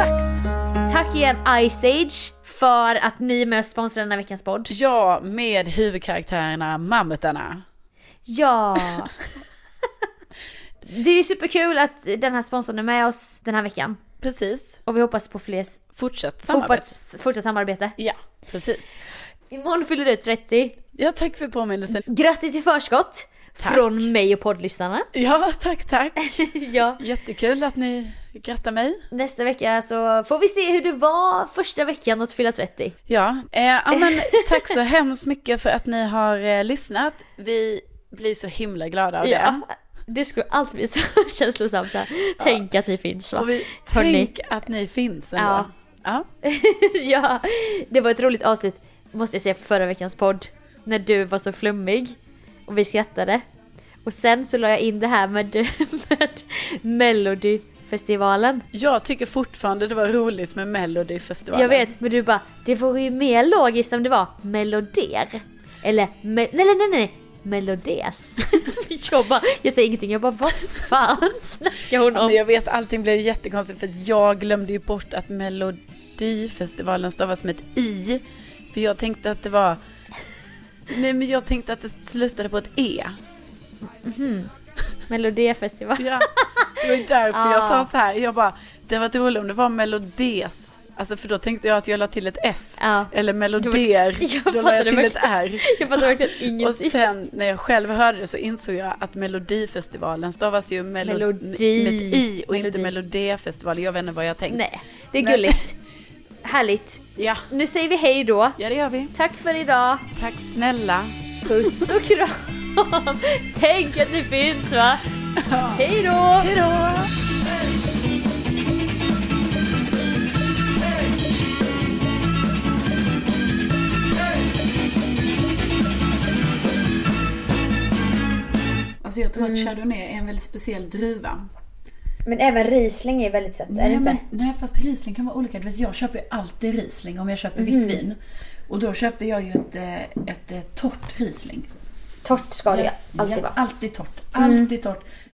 Exakt. Tack igen Ice Age för att ni är med och sponsrar den här veckans podd. Ja, med huvudkaraktärerna mammutarna. Ja. Det är ju superkul att den här sponsorn är med oss den här veckan. Precis. Och vi hoppas på fler Fortsätt samarbete. Fortsatt, fortsatt samarbete. Ja, precis. Imorgon fyller du trettio. Ja, tack för påminnelsen. Grattis i förskott. Tack. Från mig och poddlyssnarna. Ja, tack, tack. Ja. Jättekul att ni grattar mig. Nästa vecka så får vi se hur det var första veckan att fylla trettio. Ja, eh, ja men tack så hemskt mycket för att ni har eh, lyssnat. Vi blir så himla glada av det. Ja, det skulle alltid bli så känslosamt så här. Tänk ja. Att ni finns, va? Och vi, tänk att ni finns ändå. Ja. Ja. Ja, det var ett roligt avslut, måste jag säga, på förra veckans podd. När du var så flummig och vi skrattade. Och sen så la jag in det här med, med Melodifestivalen. Jag tycker fortfarande det var roligt med Melodifestivalen. Jag vet, men du bara, det vore ju mer logiskt om det var Meloder. Eller, me- nej nej nej nej, Melodés. jag, bara, jag säger ingenting, jag bara, vad fan snackar hon om? Ja, men jag vet, allting blev jättekonstigt för att jag glömde ju bort att Melodifestivalen stavas som ett i. För jag tänkte att det var... Nej, men jag tänkte att det slutade på ett e. Mm-hmm. Melodifestival. Ja, det var ju därför ah. jag sa så här. Jag bara, det var roligt om det var Melodés. Alltså för då tänkte jag att jag la till ett S. Ah. Eller Meloder. Jag då la jag till ett R. Jag fattar verkligen ingenting. Och sen när jag själv hörde det så insåg jag att Melodifestivalen stavas ju melo- Melodi. med ett i och Melodi. inte Melodifestival. Jag vet inte vad jag tänkte. Nej, det är Nej. gulligt. Härligt. Ja. Nu säger vi hej då. Ja, det gör vi. Tack för idag. Tack snälla. Puss och kram. Tänk att ni finns, va? Hej då. Hej då. Alltså jag tror att Chardonnay är en väldigt speciell druva. Men även Riesling är väldigt sött, är det Nej, inte? men, nej, fast Riesling kan vara olika. Du vet, jag köper ju alltid Riesling om jag köper Mm. vitt vin. Och då köper jag ju ett, eh, ett, ett torrt Riesling. Torrt ska det ju alltid ja, vara. alltid torrt. Alltid torrt.